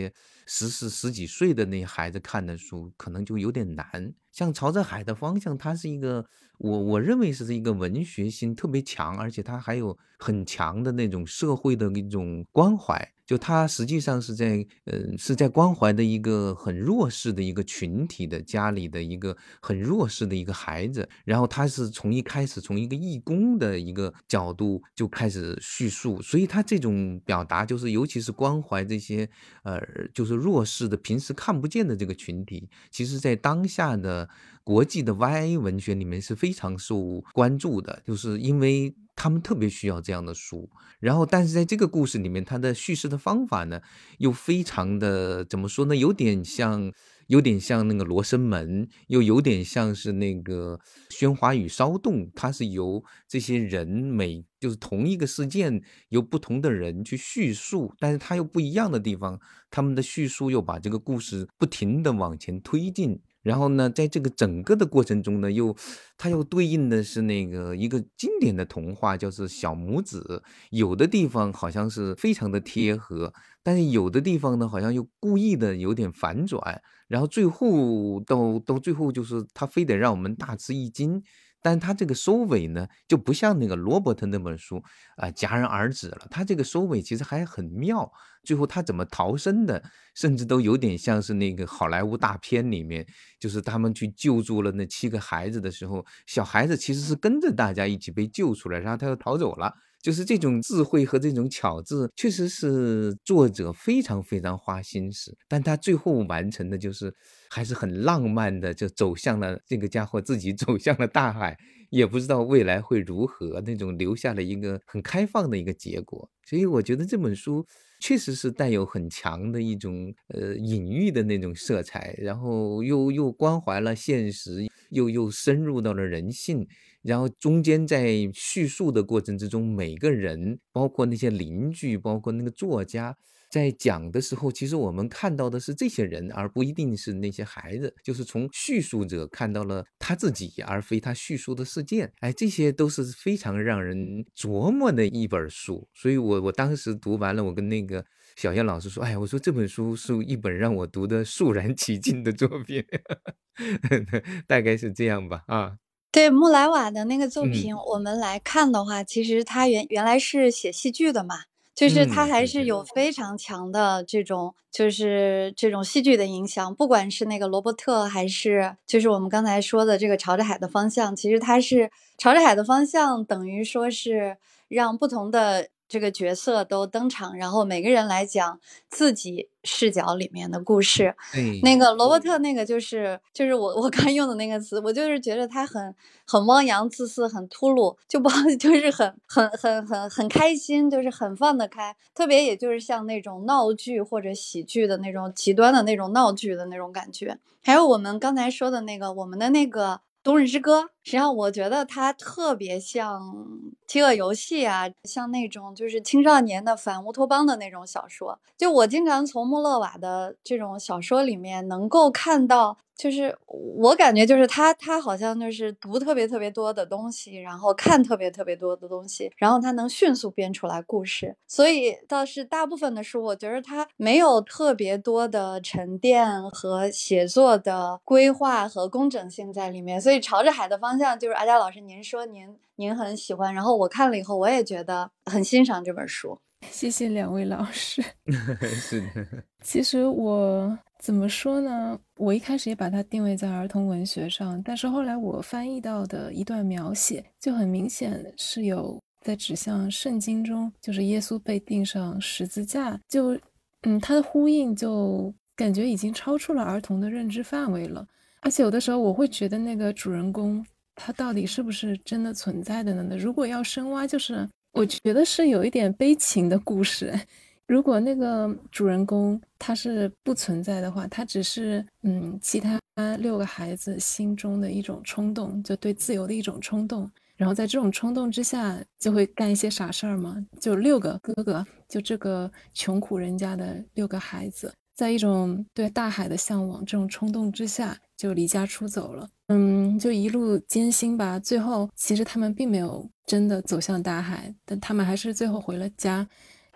十几岁的那些孩子看的书，可能就有点难。像朝着海的方向，它是一个我认为是一个文学性特别强，而且它还有很强的那种社会的一种关怀。就它实际上是在关怀的一个很弱势的一个群体的家里的一个很弱势的一个孩子，然后他是从一开始从一个义工的一个角度就开始叙述，所以他这种表达就是尤其是关怀这些就是弱势的平时看不见的这个群体，其实在当下的国际的 YA 文学里面是非常受关注的，就是因为他们特别需要这样的书。然后但是在这个故事里面，它的叙事的方法呢又非常的怎么说呢，有点像那个罗生门，又有点像是那个喧哗与骚动，它是由这些人就是同一个事件由不同的人去叙述，但是它又不一样的地方，他们的叙述又把这个故事不停的往前推进。然后呢，在这个整个的过程中呢，它又对应的是那个一个经典的童话，叫做小拇指。有的地方好像是非常的贴合，但是有的地方呢，好像又故意的有点反转，然后最后到最后就是他非得让我们大吃一惊。但他这个收尾呢，就不像那个罗伯特那本书戛然而止了。他这个收尾其实还很妙，最后他怎么逃生的，甚至都有点像是那个好莱坞大片里面，就是他们去救助了那7个孩子的时候，小孩子其实是跟着大家一起被救出来，然后他又逃走了。就是这种智慧和这种巧智，确实是作者非常非常花心思，但他最后完成的就是还是很浪漫的，就走向了这个家伙自己走向了大海，也不知道未来会如何，那种留下了一个很开放的一个结果。所以我觉得这本书确实是带有很强的一种隐喻的那种色彩，然后又关怀了现实，又深入到了人性。然后中间在叙述的过程之中，每个人包括那些邻居，包括那个作家，在讲的时候，其实我们看到的是这些人，而不一定是那些孩子，就是从叙述者看到了他自己，而非他叙述的事件。哎，这些都是非常让人琢磨的一本书。所以我当时读完了，我跟那个小燕老师说，哎，我说这本书是一本让我读得肃然起敬的作品。大概是这样吧啊。 对穆莱瓦的那个作品，我们来看的话，其实他原来是写戏剧的嘛，就是他还是有非常强的这种就是这种戏剧的影响，不管是那个罗伯特还是就是我们刚才说的这个朝着海的方向，其实他是朝着海的方向等于说是让不同的这个角色都登场，然后每个人来讲自己视角里面的故事。那个罗伯特那个就是我刚用的那个词，我就是觉得他很汪洋自肆，很突兀，就不就是很开心，就是很放得开，特别也就是像那种闹剧或者喜剧的那种极端的那种闹剧的那种感觉。还有我们刚才说的那个我们的那个冬日之歌，实际上我觉得它特别像饥饿游戏啊，像那种就是青少年的反乌托邦的那种小说。就我经常从穆勒瓦的这种小说里面能够看到，就是我感觉就是他好像就是读特别特别多的东西，然后看特别特别多的东西，然后他能迅速编出来故事。所以倒是大部分的书我觉得他没有特别多的沉淀和写作的规划和工整性在里面。所以朝着海的方向，就是阿佳老师您说您很喜欢，然后我看了以后我也觉得很欣赏这本书。 谢谢两位老师。 是的， 其实我怎么说呢，我一开始也把它定位在儿童文学上，但是后来我翻译到的一段描写就很明显是有在指向圣经中，就是耶稣被钉上十字架，就它的呼应就感觉已经超出了儿童的认知范围了。而且有的时候我会觉得那个主人公他到底是不是真的存在的呢？如果要深挖，就是我觉得是有一点悲情的故事。如果那个主人公他是不存在的话，他只是其他6个孩子心中的一种冲动，就对自由的一种冲动，然后在这种冲动之下就会干一些傻事儿嘛。就6个哥哥，就这个穷苦人家的6个孩子，在一种对大海的向往这种冲动之下就离家出走了。就一路艰辛吧，最后其实他们并没有真的走向大海，但他们还是最后回了家。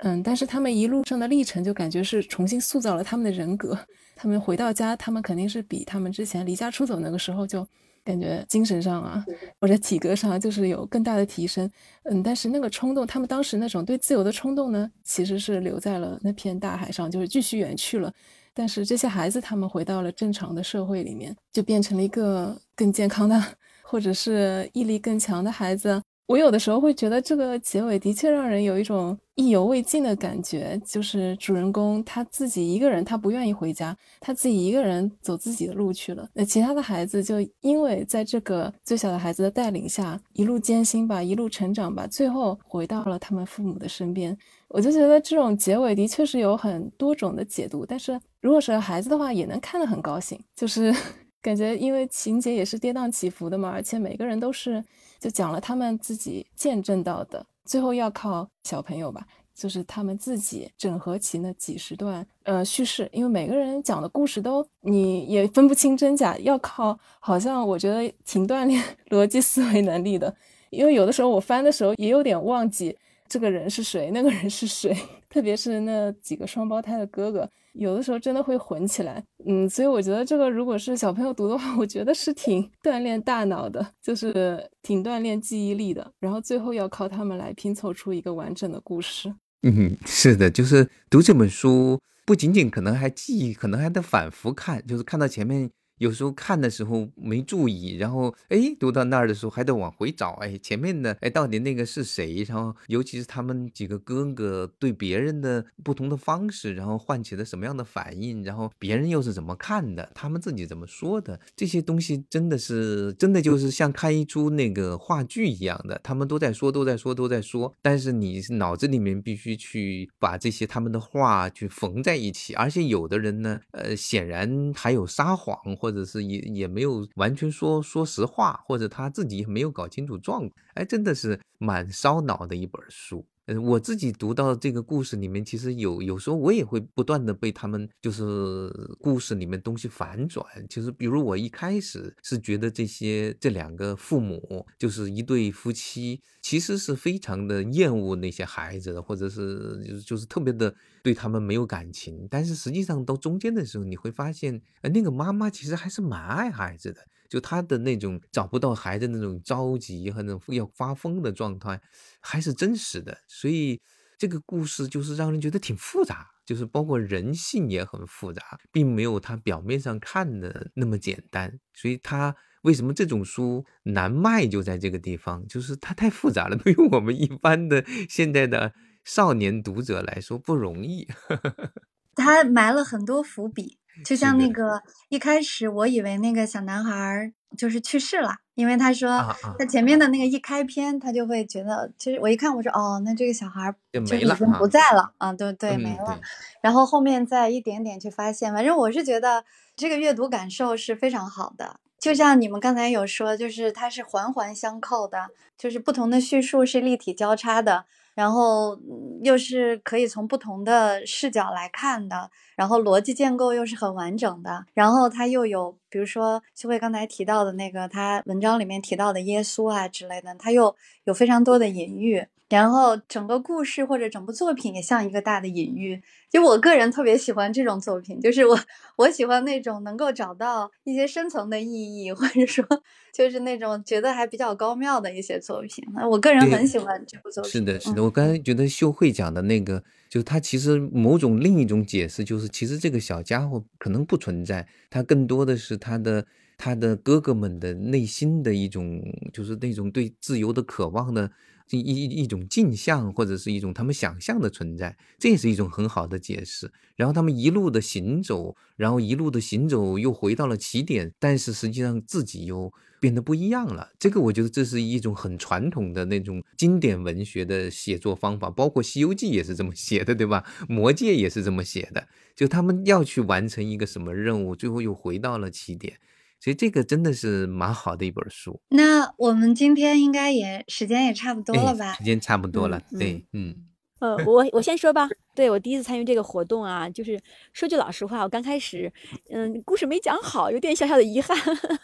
但是他们一路上的历程就感觉是重新塑造了他们的人格。他们回到家，他们肯定是比他们之前离家出走那个时候就感觉精神上啊或者体格上就是有更大的提升。但是那个冲动，他们当时那种对自由的冲动呢，其实是留在了那片大海上，就是继续远去了。但是这些孩子他们回到了正常的社会里面，就变成了一个更健康的或者是毅力更强的孩子。我有的时候会觉得这个结尾的确让人有一种意犹未尽的感觉，就是主人公他自己一个人，他不愿意回家，他自己一个人走自己的路去了。那其他的孩子就因为在这个最小的孩子的带领下，一路艰辛吧，一路成长吧，最后回到了他们父母的身边。我就觉得这种结尾的确是有很多种的解读，但是如果是孩子的话也能看得很高兴，就是感觉因为情节也是跌宕起伏的嘛，而且每个人都是就讲了他们自己见证到的，最后要靠小朋友吧，就是他们自己整合起那几十段叙事，因为每个人讲的故事都你也分不清真假，要靠好像我觉得挺锻炼逻辑思维能力的，因为有的时候我翻的时候也有点忘记这个人是谁，那个人是谁，特别是那几个双胞胎的哥哥，有的时候真的会混起来。所以我觉得这个如果是小朋友读的话，我觉得是挺锻炼大脑的，就是挺锻炼记忆力的，然后最后要靠他们来拼凑出一个完整的故事。 是的，就是读这本书不仅仅可能还记忆，可能还得反复看，就是看到前面有时候看的时候没注意，然后读到那儿的时候还得往回找，前面的到底那个是谁，然后尤其是他们几个哥哥对别人的不同的方式，然后唤起了什么样的反应，然后别人又是怎么看的，他们自己怎么说的，这些东西真的就是像看一出那个话剧一样的，他们都在说，但是你脑子里面必须去把这些他们的话去缝在一起，而且有的人呢显然还有撒谎，或者是也没有完全说实话，或者他自己也没有搞清楚状况，真的是蛮烧脑的一本书。我自己读到这个故事里面，其实有时候我也会不断的被他们就是故事里面东西反转。就是比如我一开始是觉得这两个父母就是一对夫妻，其实是非常的厌恶那些孩子的，或者是就是特别的对他们没有感情。但是实际上到中间的时候，你会发现，那个妈妈其实还是蛮爱孩子的。就他的那种找不到孩子那种着急和那种要发疯的状态还是真实的，所以这个故事就是让人觉得挺复杂，就是包括人性也很复杂，并没有他表面上看的那么简单。所以他为什么这种书难卖就在这个地方，就是它太复杂了，对于我们一般的现在的少年读者来说不容易。 他埋了很多伏笔，就像那个一开始我以为那个小男孩就是去世了，因为他说他前面的那个一开篇他就会觉得，其实我一看我说那这个小孩就已经不在了对没了。然后后面再一点点去发现，反正我是觉得这个阅读感受是非常好的，就像你们刚才有说，就是它是环环相扣的，就是不同的叙述是立体交叉的，然后又是可以从不同的视角来看的，然后逻辑建构又是很完整的，然后它又有比如说秀慧刚才提到的那个他文章里面提到的耶稣啊之类的，它又有非常多的隐喻，然后整个故事或者整部作品也像一个大的隐喻。就我个人特别喜欢这种作品，就是我喜欢那种能够找到一些深层的意义，或者说就是那种觉得还比较高妙的一些作品。我个人很喜欢这部作品。 是的，我刚才觉得秀慧讲的那个，就他其实另一种解释，就是其实这个小家伙可能不存在，他更多的是他的哥哥们的内心的一种，就是那种对自由的渴望的一种镜像，或者是一种他们想象的存在，这也是一种很好的解释。然后他们一路的行走，又回到了起点，但是实际上自己又变得不一样了。这个我觉得这是一种很传统的那种经典文学的写作方法，包括《西游记》也是这么写的，对吧？《魔戒》也是这么写的，就他们要去完成一个什么任务，最后又回到了起点。所以这个真的是蛮好的一本书。 那我们今天应该时间也差不多了吧？ 时间差不多了，对， 我先说吧。对，我第一次参与这个活动啊，就是说句老实话，我刚开始故事没讲好，有点小小的遗憾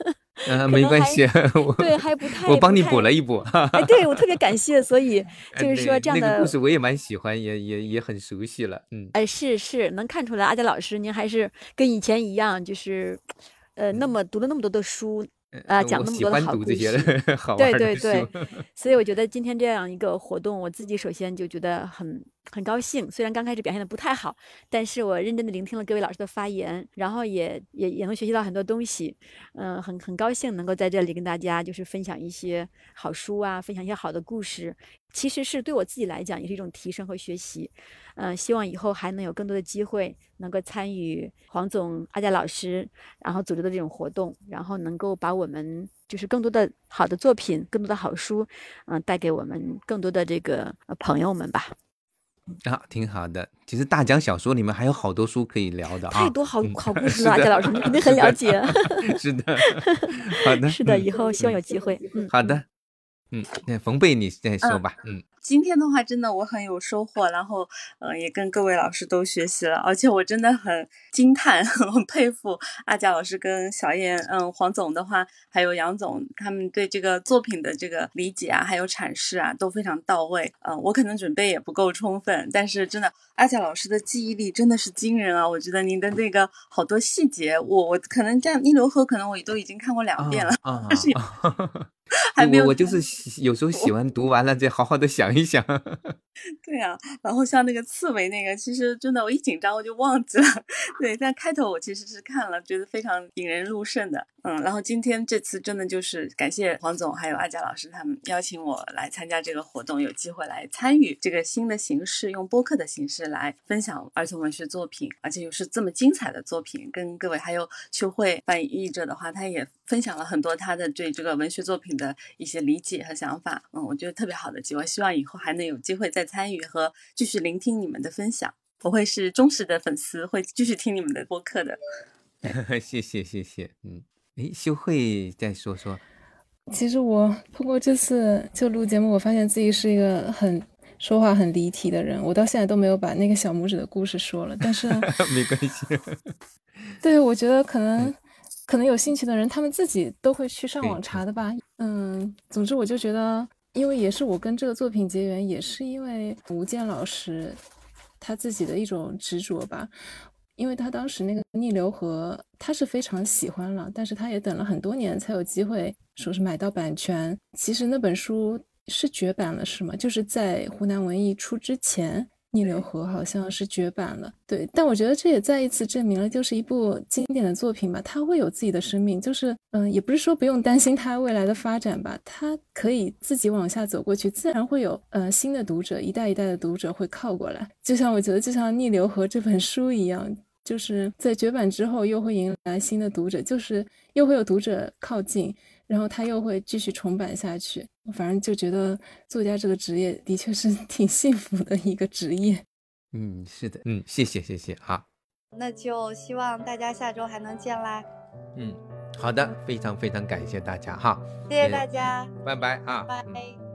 没关系， 对还不太我帮你补了一补。 哎，对我特别感谢，所以就是说这样的、 那个故事我也蛮喜欢，也很熟悉了。 哎，是能看出来，阿佳老师您还是跟以前一样，就是那么读了那么多的书。讲那么多的好故事， 我喜欢读这些好玩的书。 对，所以我觉得今天这样一个活动，我自己首先就觉得很高兴。虽然刚开始表现的不太好，但是我认真的聆听了各位老师的发言，然后也能学习到很多东西。很高兴能够在这里跟大家就是分享一些好书啊，分享一些好的故事。其实是对我自己来讲也是一种提升和学习。希望以后还能有更多的机会能够参与黄总、阿佳老师然后组织的这种活动，然后能够把我们就是更多的好的作品、更多的好书，带给我们更多的这个朋友们吧。 挺好的。其实大江小说里面还有好多书可以聊的啊， 太多好故事了。阿佳老师，你肯定很了解。 是的，好的， 是的，以后希望有机会。 好的，那冯贝你再说吧。 今天的话真的我很有收获，然后也跟各位老师都学习了，而且我真的很惊叹很佩服阿佳老师跟小燕黄总的话还有杨总，他们对这个作品的这个理解啊还有阐释啊都非常到位。我可能准备也不够充分，但是真的阿佳老师的记忆力真的是惊人啊。我觉得您的那个好多细节我可能这样逆流河可能我都已经看过2遍了，但是还没有。 我就是有时候喜欢读完了再好好的想一想。 对啊，然后像那个刺猬那个，其实真的我一紧张我就忘记了。对，但开头我其实是看了，觉得非常引人入胜的。然后今天这次真的就是感谢黄总还有阿佳老师他们邀请我来参加这个活动，有机会来参与这个新的形式，用播客的形式来分享儿童文学作品，而且又是这么精彩的作品。跟各位还有秋慧翻译者的话，他也分享了很多他的对这个文学作品的一些理解和想法。我觉得特别好的机会，希望以后还能有机会再参与和继续聆听你们的分享。我会是忠实的粉丝，会继续听你们的播客的。 谢谢。秀慧再说说。 其实我通过这次就录节目，我发现自己是一个说话很离题的人，我到现在都没有把那个小拇指的故事说了，但是没关系。 对，我觉得可能有兴趣的人他们自己都会去上网查的吧。总之我就觉得，因为也是我跟这个作品结缘，也是因为吴健老师他自己的一种执着吧。因为他当时那个逆流河他是非常喜欢了，但是他也等了很多年才有机会说是买到版权。其实那本书是绝版了是吗？就是在湖南文艺出之前，逆流河好像是绝版了。对，但我觉得这也再一次证明了，就是一部经典的作品吧，它会有自己的生命，就是也不是说不用担心它未来的发展吧，它可以自己往下走过去，自然会有新的读者，一代一代的读者会靠过来。就像我觉得就像逆流河这本书一样，就是在绝版之后又会迎来新的读者，就是又会有读者靠近，然后他又会继续重版下去。反正就觉得作家这个职业的确是挺幸福的一个职业。 是的，谢谢啊。 那就希望大家下周还能见啦。 好的，非常非常感谢大家哈， 谢谢大家， 拜拜啊， 拜。